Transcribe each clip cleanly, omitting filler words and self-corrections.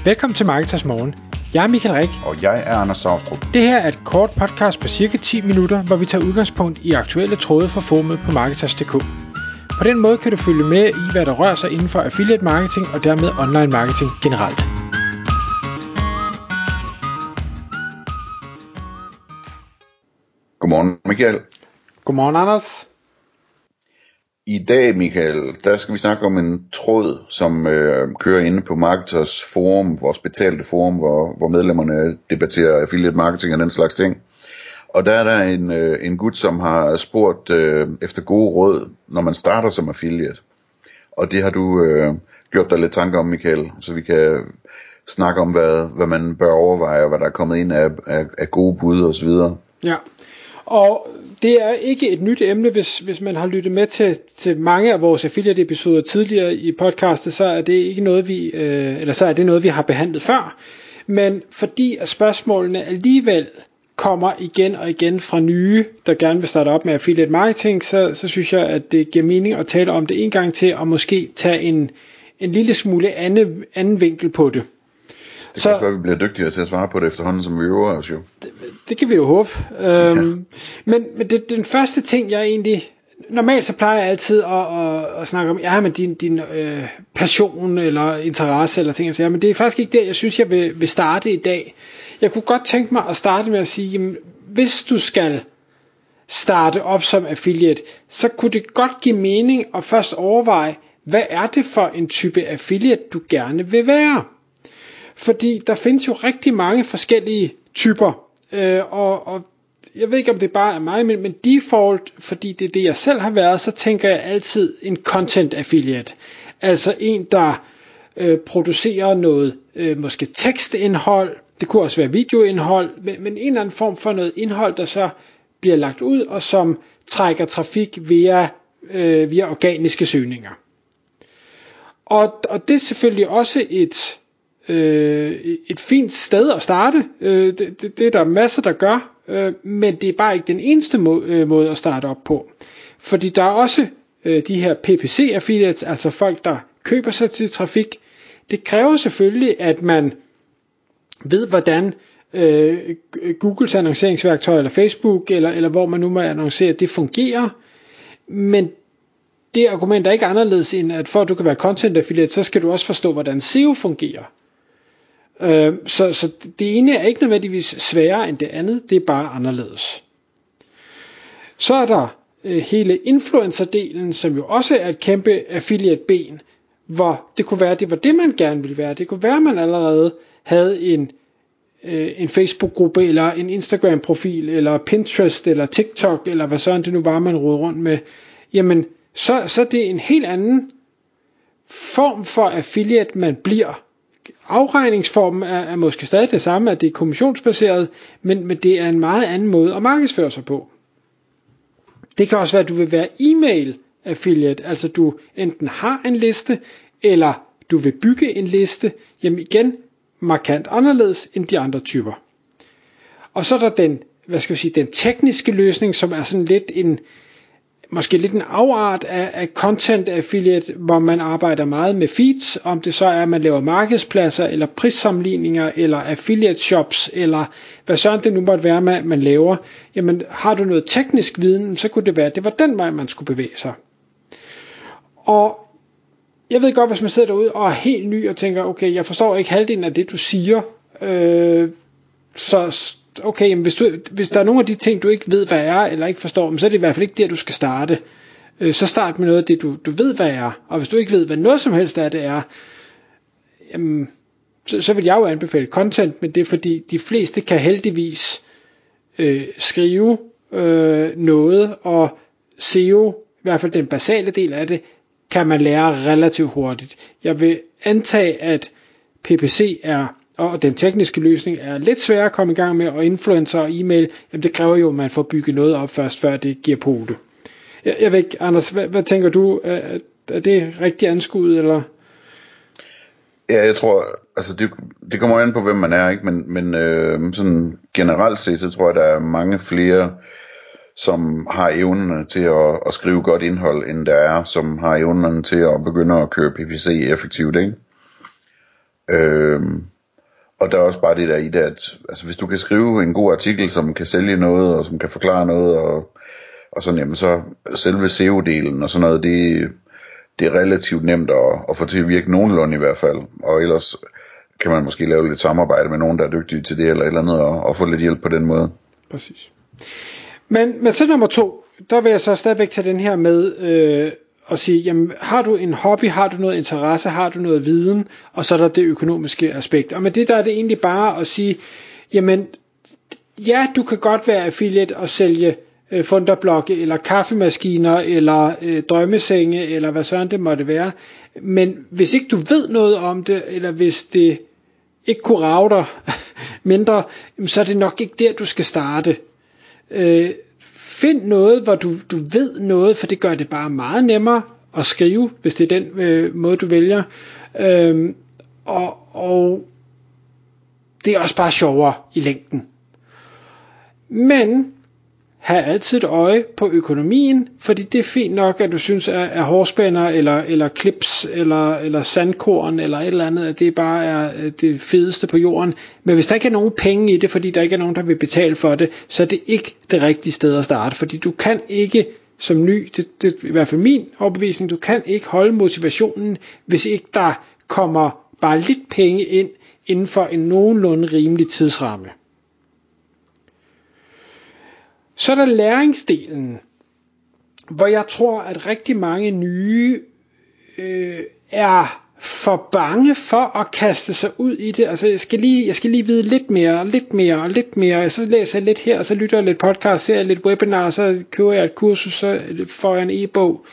Velkommen til Marketers Morgen. Jeg er Michael Rik. Og jeg er Anders Saustrup. Det her er et kort podcast på cirka 10 minutter, hvor vi tager udgangspunkt i aktuelle tråde fra forumet på Marketers.dk. På den måde kan du følge med i, hvad der rører sig inden for affiliate marketing og dermed online marketing generelt. Godmorgen, Michael. Godmorgen, Anders. I dag, Michael, der skal vi snakke om en tråd, som kører inde på Marketers forum, vores betalte forum, hvor medlemmerne debatterer affiliate marketing og den slags ting. Og der er der en gut, som har spurgt efter gode råd, når man starter som affiliate. Og det har du gjort dig lidt tanker om, Michael, så vi kan snakke om, hvad man bør overveje, og hvad der er kommet ind af gode bud og så videre. Ja, og det er ikke et nyt emne, hvis man har lyttet med til mange af vores affiliate episoder tidligere i podcastet, så er det ikke noget så er det noget vi har behandlet før. Men fordi at spørgsmålene alligevel kommer igen og igen fra nye, der gerne vil starte op med affiliate marketing, så synes jeg, at det giver mening at tale om det en gang til, og måske tage en lille smule anden vinkel på det. Det kan også være, at vi bliver dygtigere til at svare på det efterhånden, som vi øver os jo. Det kan vi jo håbe. Men den første ting, jeg egentlig... Normalt så plejer jeg altid at snakke om, din passion eller interesse eller ting. Men det er faktisk ikke det, jeg synes, jeg vil starte i dag. Jeg kunne godt tænke mig at starte med at sige, jamen, hvis du skal starte op som affiliate, så kunne det godt give mening at først overveje, hvad er det for en type affiliate, du gerne vil være? Fordi der findes jo rigtig mange forskellige typer, og jeg ved ikke om det bare er mig, men default, fordi det er det jeg selv har været, så tænker jeg altid en content affiliate. Altså en der producerer noget måske tekstindhold, det kunne også være videoindhold, men en eller anden form for noget indhold, der så bliver lagt ud, og som trækker trafik via organiske søgninger. Og det er selvfølgelig også et fint sted at starte. Det er der masser der gør, men det er bare ikke den eneste måde at starte op på. Fordi der er også de her PPC affiliates, altså folk der køber sig til trafik. Det kræver selvfølgelig at man ved hvordan Googles annonceringsværktøj eller Facebook eller hvor man nu må annoncere, det fungerer. Men det argument er ikke anderledes end at for at du kan være content affiliate, så skal du også forstå hvordan SEO fungerer. Så det ene er ikke nødvendigvis sværere end det andet, det er bare anderledes. Så er der hele influencer-delen, som jo også er et kæmpe affiliate-ben, hvor det kunne være, det var det man gerne ville være. Det kunne være, at man allerede havde en Facebook-gruppe, eller en Instagram-profil, eller Pinterest, eller TikTok, eller hvad sådan det nu var, man rodede rundt med. Jamen, så er det en helt anden form for affiliate, man bliver. Afregningsformen er måske stadig det samme, at det er kommissionsbaseret, men det er en meget anden måde at markedsføre sig på. Det kan også være, at du vil være e-mail affiliate, altså du enten har en liste, eller du vil bygge en liste, jamen igen, markant anderledes end de andre typer. Og så er der den tekniske løsning, som er sådan lidt måske lidt en afart af content affiliate, hvor man arbejder meget med feeds, om det så er, at man laver markedspladser, eller prissammenligninger, eller affiliate shops, eller hvad sådan det nu måtte være, man laver. Jamen, har du noget teknisk viden, så kunne det være, at det var den vej, man skulle bevæge sig. Og jeg ved godt, hvis man sidder derude og er helt ny og tænker, okay, jeg forstår ikke halvdelen af det, du siger, så okay, jamen hvis der er nogle af de ting, du ikke ved, hvad er, eller ikke forstår, så er det i hvert fald ikke der, du skal starte. Så start med noget af det, du ved, hvad er. Og hvis du ikke ved, hvad noget som helst af det er, jamen, så vil jeg jo anbefale content, men det er fordi, de fleste kan heldigvis skrive noget, og SEO, i hvert fald den basale del af det, kan man lære relativt hurtigt. Jeg vil antage, at PPC og den tekniske løsning er lidt sværere at komme i gang med, og influencer og e-mail, jamen det kræver jo, at man får bygget noget op først, før det giver pote. Jeg ved ikke, Anders, hvad tænker du? Er det rigtig anskuet, eller? Ja, jeg tror, altså det kommer an på, hvem man er, ikke? Men sådan generelt set, så tror jeg, der er mange flere, som har evnerne til at skrive godt indhold, end der er, som har evnerne til at begynde at køre PPC effektivt, ikke? Og der er også bare det der i det, at altså, hvis du kan skrive en god artikel, som kan sælge noget, og som kan forklare noget, og sådan, jamen så selve SEO-delen og sådan noget, det er relativt nemt at få til at virke nogenlunde i hvert fald. Og ellers kan man måske lave lidt samarbejde med nogen, der er dygtige til det, eller et eller andet, og få lidt hjælp på den måde. Præcis. Men så nummer 2, der vil jeg så stadigvæk tage den her med og sige, jamen har du en hobby, har du noget interesse, har du noget viden, og så er der det økonomiske aspekt. Og med det der er det egentlig bare at sige, jamen ja, du kan godt være affiliate og sælge funderblokke, eller kaffemaskiner, eller drømmesenge, eller hvad sådan det måtte være. Men hvis ikke du ved noget om det, eller hvis det ikke kunne rage dig mindre, så er det nok ikke der, du skal starte. Find noget, hvor du ved noget, for det gør det bare meget nemmere at skrive, hvis det er den måde, du vælger. Og det er også bare sjovere i længden. Men have altid et øje på økonomien, fordi det er fint nok, at du synes, at hårspænder, eller clips, eller sandkorn, eller et eller andet, at det bare er det fedeste på jorden. Men hvis der ikke er nogen penge i det, fordi der ikke er nogen, der vil betale for det, så er det ikke det rigtige sted at starte, fordi du kan ikke som ny, det er i hvert fald min overbevisning, du kan ikke holde motivationen, hvis ikke der kommer bare lidt penge ind, inden for en nogenlunde rimelig tidsramme. Så er der læringsdelen, hvor jeg tror, at rigtig mange nye er for bange for at kaste sig ud i det. Altså jeg skal lige vide lidt mere, så læser jeg lidt her, og så lytter jeg lidt podcast, ser jeg lidt webinar, så køber jeg et kursus, så får jeg en e-bog.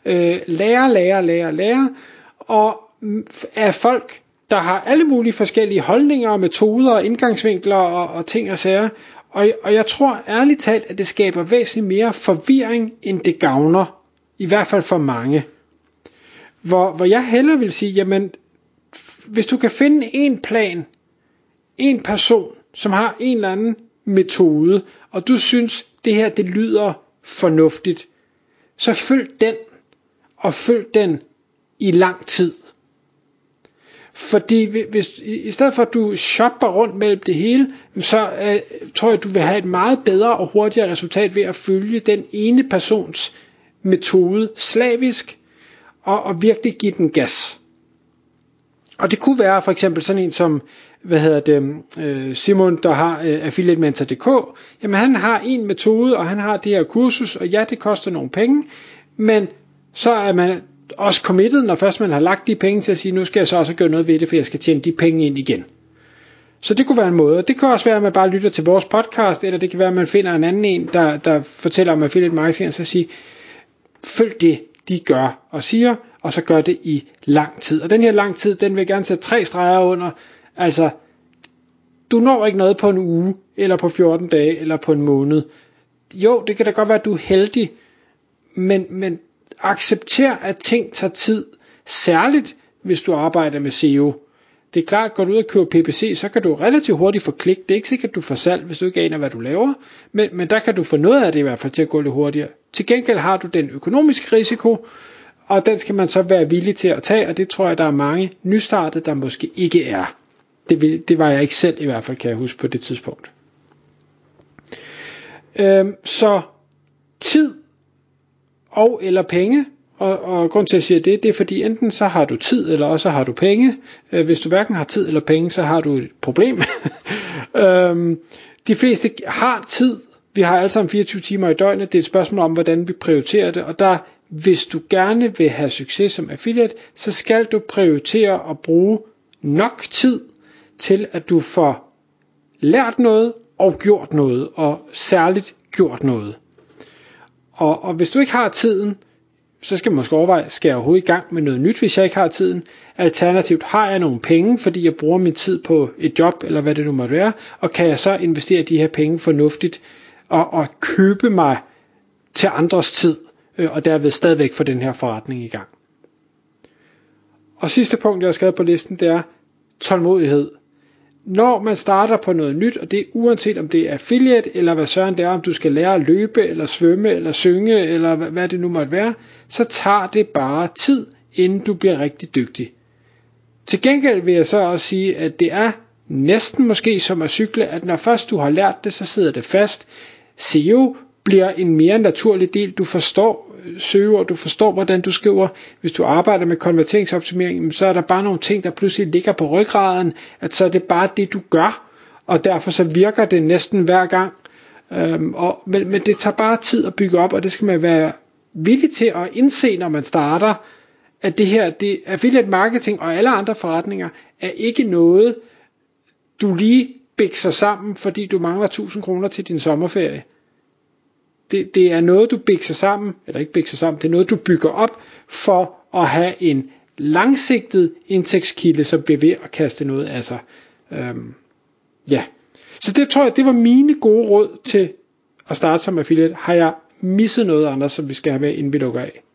Lære, og af folk, der har alle mulige forskellige holdninger og metoder og indgangsvinkler og ting og sager. Og jeg tror ærligt talt, at det skaber væsentligt mere forvirring, end det gavner. I hvert fald for mange. Hvor jeg hellere vil sige, jamen, hvis du kan finde en plan, en person, som har en eller anden metode, og du synes, det her det lyder fornuftigt, så følg den, og følg den i lang tid. Fordi hvis, i stedet for at du shopper rundt mellem det hele, så tror jeg, du vil have et meget bedre og hurtigere resultat ved at følge den ene persons metode slavisk, og virkelig give den gas. Og det kunne være for eksempel sådan en som, Simon, der har affiliatementor.dk. Jamen han har en metode, og han har det her kursus, og ja, det koster nogle penge, men så er man også committed, når først man har lagt de penge til at sige, nu skal jeg så også gøre noget ved det, for jeg skal tjene de penge ind igen. Så det kunne være en måde. Det kan også være, at man bare lytter til vores podcast, eller det kan være, at man finder en anden en, der fortæller om affiliate marketing, og så siger, følg det, de gør og siger, og så gør det i lang tid. Og den her lang tid, den vil jeg gerne sætte 3 streger under. Altså, du når ikke noget på en uge, eller på 14 dage, eller på en måned. Jo, det kan da godt være, at du er heldig, men accepter, at ting tager tid, særligt hvis du arbejder med SEO. Det er klart, går du ud og køber PPC, så kan du relativt hurtigt få klik. Det er ikke sikkert, at du får salg, hvis du ikke aner, hvad du laver, men der kan du få noget af det i hvert fald til at gå lidt hurtigere. Til gengæld har du den økonomiske risiko, og den skal man så være villig til at tage, og det tror jeg, der er mange nystartede, der måske ikke er. Det var jeg ikke selv i hvert fald, kan jeg huske på det tidspunkt. Så tid og eller penge, og grund til at sige det er fordi enten så har du tid, eller også har du penge. Hvis du hverken har tid eller penge, så har du et problem. De fleste har tid. Vi har alle sammen 24 timer i døgnet. Det er et spørgsmål om, hvordan vi prioriterer det, og der, hvis du gerne vil have succes som affiliate, så skal du prioritere at bruge nok tid til, at du får lært noget og gjort noget, og særligt gjort noget. Og hvis du ikke har tiden, så skal man måske overveje, skal jeg overhovedet i gang med noget nyt, hvis jeg ikke har tiden? Alternativt, har jeg nogle penge, fordi jeg bruger min tid på et job, eller hvad det nu måtte være, og kan jeg så investere de her penge fornuftigt, og købe mig til andres tid, og derved stadigvæk få den her forretning i gang. Og sidste punkt, jeg har skrevet på listen, det er tålmodighed. Når man starter på noget nyt, og det er uanset om det er affiliate, eller hvad søren det er, om du skal lære at løbe, eller svømme, eller synge, eller hvad det nu måtte være, så tager det bare tid, inden du bliver rigtig dygtig. Til gengæld vil jeg så også sige, at det er næsten måske som at cykle, at når først du har lært det, så sidder det fast. SEO bliver en mere naturlig del. Du forstår søgeord, du forstår, hvordan du skriver. Hvis du arbejder med konverteringsoptimering, så er der bare nogle ting, der pludselig ligger på ryggraden, at så er det bare det, du gør, og derfor så virker det næsten hver gang. Men det tager bare tid at bygge op, og det skal man være villig til at indse, når man starter, at det affiliate marketing og alle andre forretninger er ikke noget, du lige bikser sammen, fordi du mangler 1000 kroner til din sommerferie. Det er noget, du bikser sammen, eller ikke bikser sammen, det er noget, du bygger op for at have en langsigtet indtægtskilde, som bliver ved at kaste noget af sig. Så det tror jeg, det var mine gode råd til at starte som affiliate. Har jeg misset noget andet, som vi skal have med, inden vi lukker af?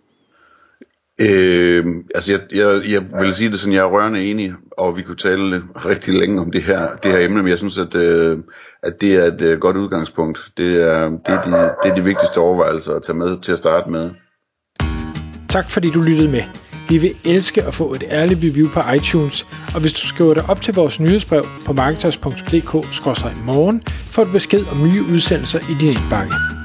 Jeg vil sige det sådan, jeg er rørende enig, og vi kunne tale rigtig længe om det her emne, men jeg synes, at det er et godt udgangspunkt. Det er de vigtigste overvejelser at tage med til at starte med. Tak fordi du lyttede med. Vi vil elske at få et ærligt review på iTunes, og hvis du skriver dig op til vores nyhedsbrev på marketers.dk/morgen, får du besked om nye udsendelser i din indbakke.